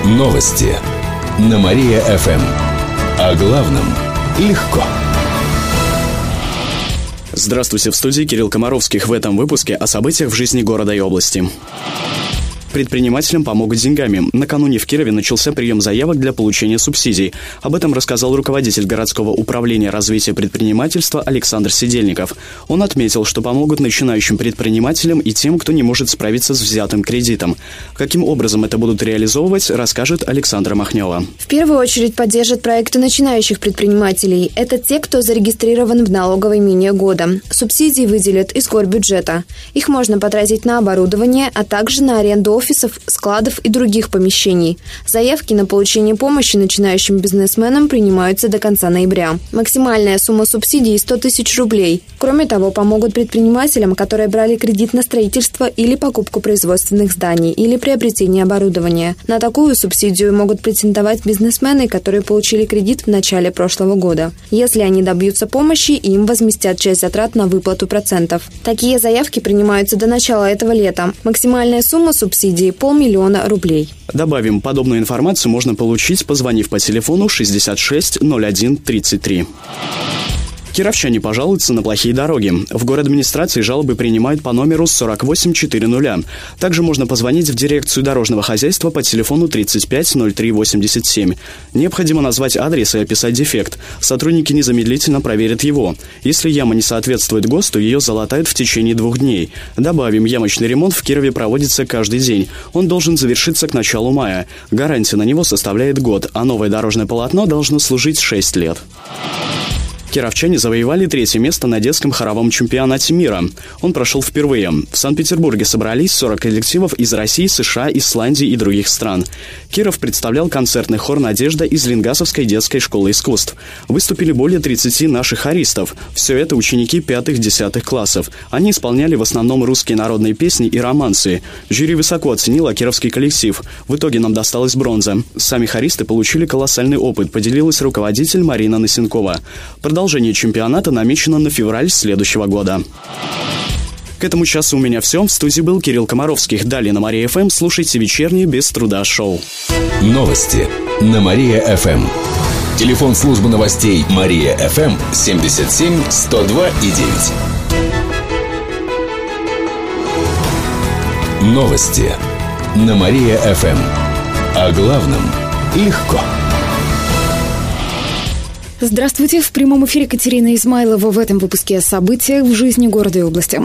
Новости на Мария-ФМ. О главном легко. Здравствуйте, в студии Кирилл Комаровских. В этом выпуске о событиях в жизни города и области. Предпринимателям помогут деньгами. Накануне в Кирове начался прием заявок для получения субсидий. Об этом рассказал руководитель городского управления развития предпринимательства Александр Сидельников. Он отметил, что помогут начинающим предпринимателям и тем, кто не может справиться с взятым кредитом. Каким образом это будут реализовывать, расскажет Александра Махнева. В первую очередь поддержат проекты начинающих предпринимателей. Это те, кто зарегистрирован в налоговой менее года. Субсидии выделят из горбюджета. Их можно потратить на оборудование, а также на аренду офисов, складов и других помещений. Заявки на получение помощи начинающим бизнесменам принимаются до конца ноября. Максимальная сумма субсидий – 100 тысяч рублей. Кроме того, помогут предпринимателям, которые брали кредит на строительство или покупку производственных зданий или приобретение оборудования. На такую субсидию могут претендовать бизнесмены, которые получили кредит в начале прошлого года. Если они добьются помощи, им возместят часть затрат на выплату процентов. Такие заявки принимаются до начала этого лета. Максимальная сумма субсидий – 500 000 рублей. Добавим, подобную информацию можно получить, позвонив по телефону 66 01 33. Кировчане пожалуются на плохие дороги. В горадминистрации жалобы принимают по номеру 4840. Также можно позвонить в дирекцию дорожного хозяйства по телефону 35 03 87. Необходимо назвать адрес и описать дефект. Сотрудники незамедлительно проверят его. Если яма не соответствует ГОСТу, ее залатают в течение 2 дней. Добавим, ямочный ремонт в Кирове проводится каждый день. Он должен завершиться к началу мая. Гарантия на него составляет год, а новое дорожное полотно должно служить 6 лет. Кировчане завоевали 3-е место на детском хоровом чемпионате мира. Он прошел впервые. В Санкт-Петербурге собрались 40 коллективов из России, США, Исландии и других стран. Киров представлял концертный хор «Надежда» из Ленгасовской детской школы искусств. Выступили более 30 наших хористов. Все это ученики 5-10 классов. Они исполняли в основном русские народные песни и романсы. Жюри высоко оценило кировский коллектив. В итоге нам досталась бронза. Сами хористы получили колоссальный опыт, поделилась руководитель Марина Носенкова. Продолжение чемпионата намечено на февраль следующего года. К этому часу у меня все. В студии был Кирилл Комаровских. Далее на Мария-ФМ слушайте вечернее без труда шоу. Новости на Мария-ФМ. Телефон службы новостей Мария-ФМ 77 102 и 9. Новости на Мария-ФМ. О главном легко. Здравствуйте! В прямом эфире Катерина Измайлова. В этом выпуске о событиях в жизни города и области.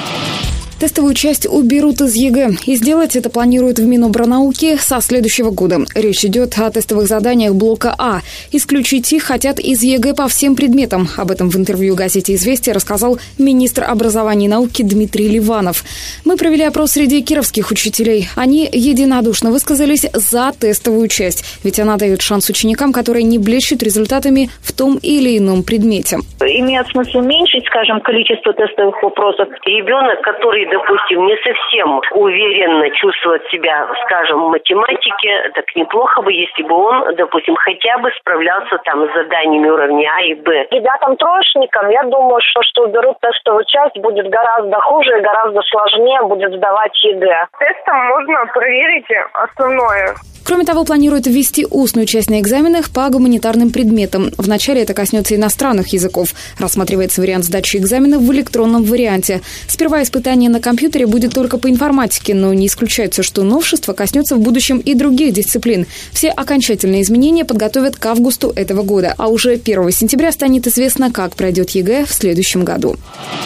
Тестовую часть уберут из ЕГЭ. И сделать это планируют в Минобрнауки со следующего года. Речь идет о тестовых заданиях блока А. Исключить их хотят из ЕГЭ по всем предметам. Об этом в интервью газете «Известия» рассказал министр образования и науки Дмитрий Ливанов. Мы провели опрос среди кировских учителей. Они единодушно высказались за тестовую часть. Ведь она дает шанс ученикам, которые не блещут результатами в том или ином предмете. Имеет смысл уменьшить, скажем, количество тестовых вопросов. Ребенок, который, допустим, не совсем уверенно чувствует себя, скажем, в математике, так неплохо бы, если бы он, допустим, хотя бы справлялся там с заданиями уровня А и Б. Ребятам-троечникам, я думаю, что уберут тестовую часть, будет гораздо хуже и гораздо сложнее будет сдавать ЕГЭ. Тестом можно проверить основное. Кроме того, планируют ввести устную часть на экзаменах по гуманитарным предметам. Вначале это коснется иностранных языков. Рассматривается вариант сдачи экзаменов в электронном варианте. Сперва испытание на компьютере будет только по информатике, но не исключается, что новшество коснется в будущем и других дисциплин. Все окончательные изменения подготовят к августу этого года, а уже 1 сентября станет известно, как пройдет ЕГЭ в следующем году.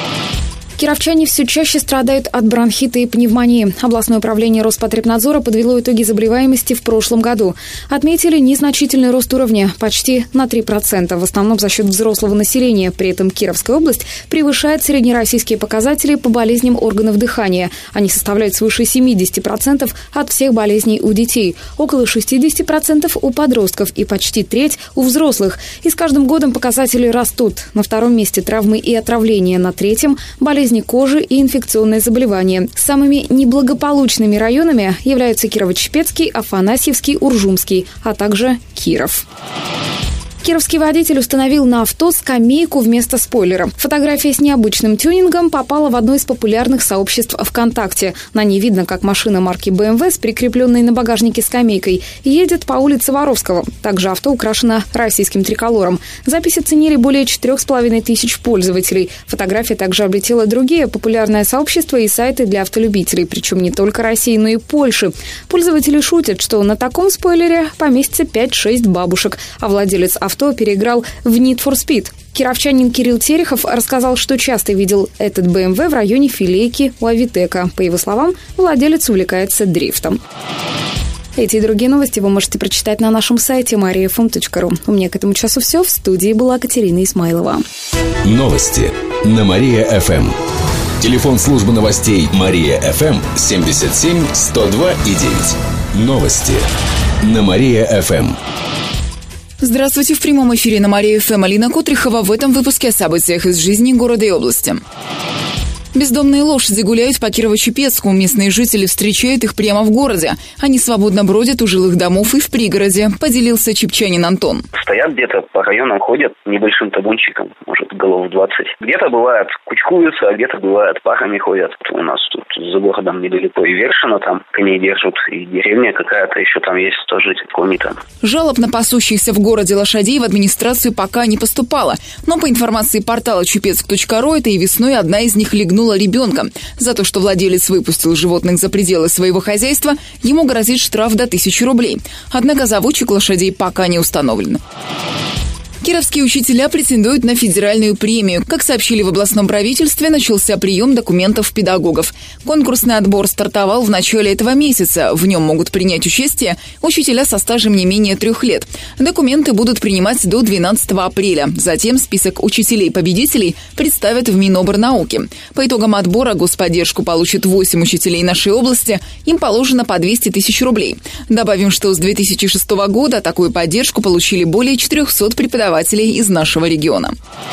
Кировчане все чаще страдают от бронхита и пневмонии. Областное управление Роспотребнадзора подвело итоги заболеваемости в прошлом году. Отметили незначительный рост уровня – почти на 3%, в основном за счет взрослого населения. При этом Кировская область превышает среднероссийские показатели по болезням органов дыхания. Они составляют свыше 70% от всех болезней у детей, около 60% у подростков и почти треть у взрослых. И с каждым годом показатели растут. На 2-м месте травмы и отравления, на 3-м – болезни кожи и инфекционные заболевания. Самыми неблагополучными районами являются Кирово-Чепецкий, Афанасьевский, Уржумский, а также Киров. Кировский водитель установил на авто скамейку вместо спойлера. Фотография с необычным тюнингом попала в одно из популярных сообществ ВКонтакте. На ней видно, как машина марки BMW с прикрепленной на багажнике скамейкой едет по улице Воровского. Также авто украшено российским триколором. Запись оценили более 4500 пользователей. Фотография также облетела другие популярные сообщества и сайты для автолюбителей, причем не только России, но и Польши. Пользователи шутят, что на таком спойлере поместится 5-6 бабушек, а владелец авто переиграл в Need for Speed. Кировчанин Кирилл Терехов рассказал, что часто видел этот BMW в районе Филейки у Авитека. По его словам, владелец увлекается дрифтом. Эти и другие новости вы можете прочитать на нашем сайте mariafm.ru. У меня к этому часу все. В студии была Катерина Исмайлова. Новости на Мария-ФМ. Телефон службы новостей Мария-ФМ 77 102 и 9. Новости на Мария-ФМ. Здравствуйте, в прямом эфире на Мария-ФМ Алина Котрихова. В этом выпуске о событиях из жизни города и области. Бездомные лошади гуляют по Кирово-Чепецку. Местные жители встречают их прямо в городе. Они свободно бродят у жилых домов и в пригороде, поделился чепчанин Антон. Стоят где-то по районам, ходят небольшим табунчиком, может, голов 20. Где-то бывает кучкуются, а где-то бывает парами ходят. У нас тут за городом недалеко и Вершина, там коней держат, и деревня какая-то еще там есть, тоже кони там. Жалоб на пасущихся в городе лошадей в администрацию пока не поступало. Но по информации портала чепецк.ру, это и весной одна из них легнула ребенка. За то, что владелец выпустил животных за пределы своего хозяйства, ему грозит штраф до 1000 рублей. Однако заводчик лошадей пока не установлен. Кировские учителя претендуют на федеральную премию. Как сообщили в областном правительстве, начался прием документов педагогов. Конкурсный отбор стартовал в начале этого месяца. В нем могут принять участие учителя со стажем не менее 3 лет. Документы будут принимать до 12 апреля. Затем список учителей-победителей представят в Минобрнауки. По итогам отбора господдержку получат 8 учителей нашей области. Им положено по 200 тысяч рублей. Добавим, что с 2006 года такую поддержку получили более 400 преподавателей из нашего региона.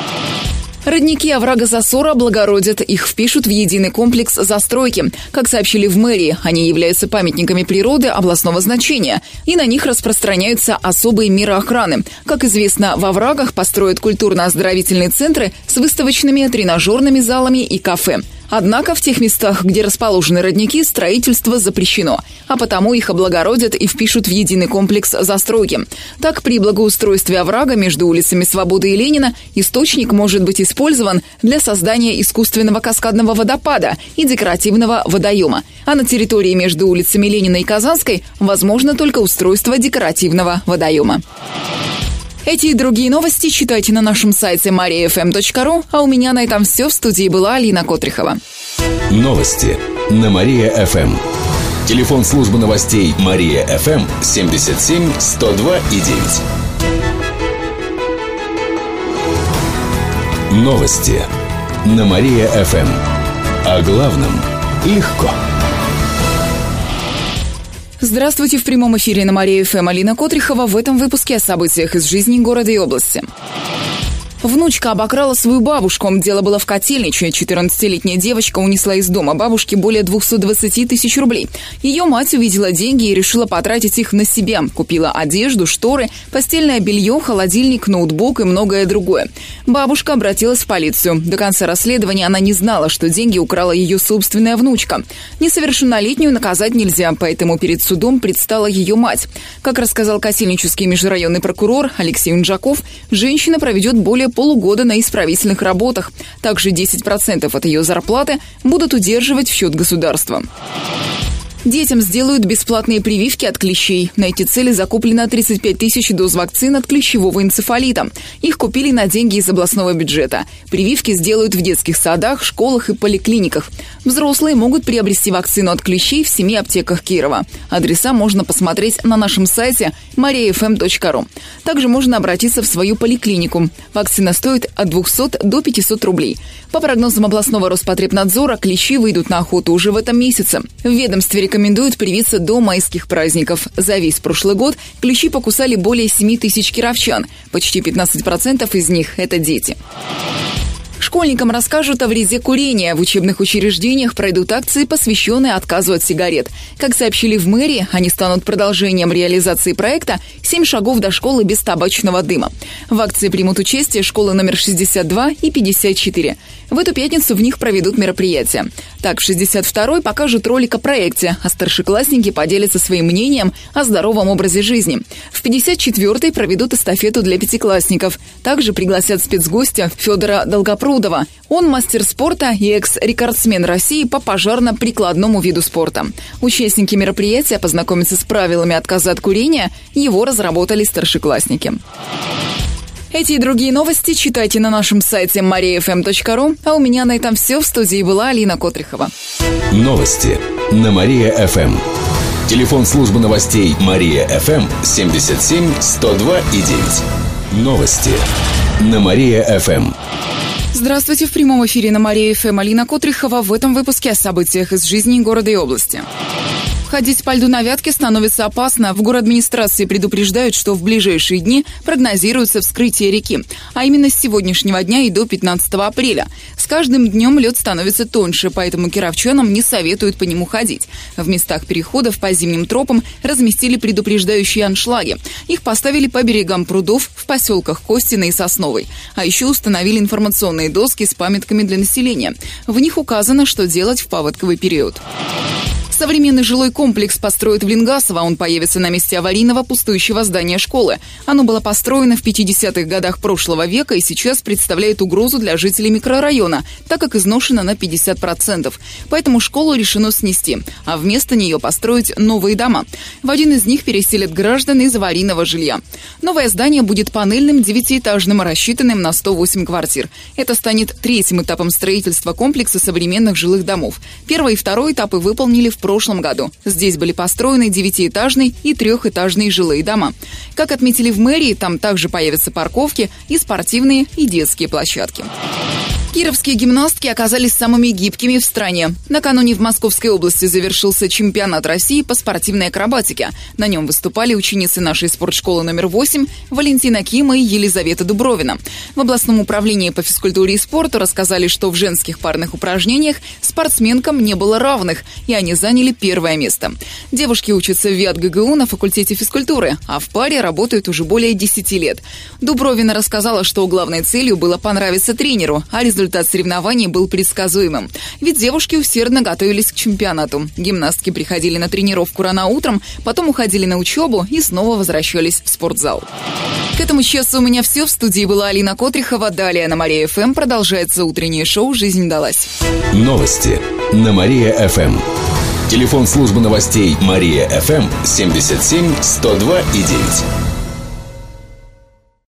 Родники оврага Засора облагородят, их впишут в единый комплекс застройки. Как сообщили в мэрии, они являются памятниками природы областного значения, и на них распространяются особые меры охраны. Как известно, в оврагах построят культурно-оздоровительные центры с выставочными, тренажерными залами и кафе. Однако в тех местах, где расположены родники, строительство запрещено, а потому их облагородят и впишут в единый комплекс застройки. Так, при благоустройстве оврага между улицами Свободы и Ленина источник может быть использован для создания искусственного каскадного водопада и декоративного водоема. А на территории между улицами Ленина и Казанской возможно только устройство декоративного водоема. Эти и другие новости читайте на нашем сайте mariafm.ru, а у меня на этом все. В студии была Алина Котрихова. Новости на Мария-ФМ. Телефон службы новостей Мария-ФМ 77 102 и 9. Новости на Мария-ФМ. О главном легко. Здравствуйте, в прямом эфире на Мария-ФМ Алина Котрихова. В этом выпуске о событиях из жизни города и области. Внучка обокрала свою бабушку. Дело было в Котельниче. 14-летняя девочка унесла из дома бабушки более 220 тысяч рублей. Ее мать увидела деньги и решила потратить их на себя. Купила одежду, шторы, постельное белье, холодильник, ноутбук и многое другое. Бабушка обратилась в полицию. До конца расследования она не знала, что деньги украла ее собственная внучка. Несовершеннолетнюю наказать нельзя, поэтому перед судом предстала ее мать. Как рассказал Котельнический межрайонный прокурор Алексей Унжаков, женщина проведет более полугода на исправительных работах. Также 10% от ее зарплаты будут удерживать в счет государства. Детям сделают бесплатные прививки от клещей. На эти цели закуплено 35 тысяч доз вакцин от клещевого энцефалита. Их купили на деньги из областного бюджета. Прививки сделают в детских садах, школах и поликлиниках. Взрослые могут приобрести вакцину от клещей в 7 аптеках Кирова. Адреса можно посмотреть на нашем сайте mariafm.ru. Также можно обратиться в свою поликлинику. Вакцина стоит от 200 до 500 рублей. По прогнозам областного Роспотребнадзора, клещи выйдут на охоту уже в этом месяце. В ведомстве рекомендуют привиться до майских праздников. За весь прошлый год клещи покусали более 7 тысяч кировчан. Почти 15% из них – это дети. Школьникам расскажут о вреде курения. В учебных учреждениях пройдут акции, посвященные отказу от сигарет. Как сообщили в мэрии, они станут продолжением реализации проекта «7 шагов до школы без табачного дыма». В акции примут участие школы номер 62 и 54. В эту пятницу в них проведут мероприятия. Так, в 62-й покажут ролик о проекте, а старшеклассники поделятся своим мнением о здоровом образе жизни. В 54-й проведут эстафету для пятиклассников. Также пригласят спецгостя Федора Долгопрудова. Он мастер спорта и экс-рекордсмен России по пожарно-прикладному виду спорта. Участники мероприятия познакомятся с правилами отказа от курения. Его разработали старшеклассники. Эти и другие новости читайте на нашем сайте mariafm.ru. А у меня на этом все. В студии была Алина Котрихова. Новости на Мария-ФМ. Телефон службы новостей Мария-ФМ 77 102 и 9. Новости на Мария-ФМ. Здравствуйте, в прямом эфире на Мария-ФМ Алина Котрихова. В этом выпуске о событиях из жизни города и области. Ходить по льду на Вятке становится опасно. В городадминистрации предупреждают, что в ближайшие дни прогнозируется вскрытие реки. А именно с сегодняшнего дня и до 15 апреля. С каждым днем лед становится тоньше, поэтому кировчанам не советуют по нему ходить. В местах переходов по зимним тропам разместили предупреждающие аншлаги. Их поставили по берегам прудов в поселках Костино и Сосновый. А еще установили информационные доски с памятками для населения. В них указано, что делать в паводковый период. Современный жилой комплекс построят в Ленгасово. Он появится на месте аварийного пустующего здания школы. Оно было построено в 50-х годах прошлого века и сейчас представляет угрозу для жителей микрорайона, так как изношено на 50%. Поэтому школу решено снести, а вместо нее построить новые дома. В один из них переселят граждан из аварийного жилья. Новое здание будет панельным, 9-этажным, рассчитанным на 108 квартир. Это станет третьим этапом строительства комплекса современных жилых домов. Первый и второй этапы выполнили в прошлом году. Здесь были построены 9-этажные и 3-этажные жилые дома. Как отметили в мэрии, там также появятся парковки и спортивные и детские площадки. Кировские гимнастки оказались самыми гибкими в стране. Накануне в Московской области завершился чемпионат России по спортивной акробатике. На нем выступали ученицы нашей спортшколы номер 8 Валентина Кима и Елизавета Дубровина. В областном управлении по физкультуре и спорту рассказали, что в женских парных упражнениях спортсменкам не было равных, и они заняли первое место. Девушки учатся в ВИАТ-ГГУ на факультете физкультуры, а в паре работают уже более 10 лет. Дубровина рассказала, что главной целью было понравиться тренеру, а результат соревнований был предсказуемым. Ведь девушки усердно готовились к чемпионату. Гимнастки приходили на тренировку рано утром, потом уходили на учебу и снова возвращались в спортзал. К этому часу у меня все. В студии была Алина Котрихова. Далее на Мария-ФМ продолжается утреннее шоу «Жизнь далась». Новости на Мария-ФМ. Телефон службы новостей Мария-ФМ 77 102 и 9.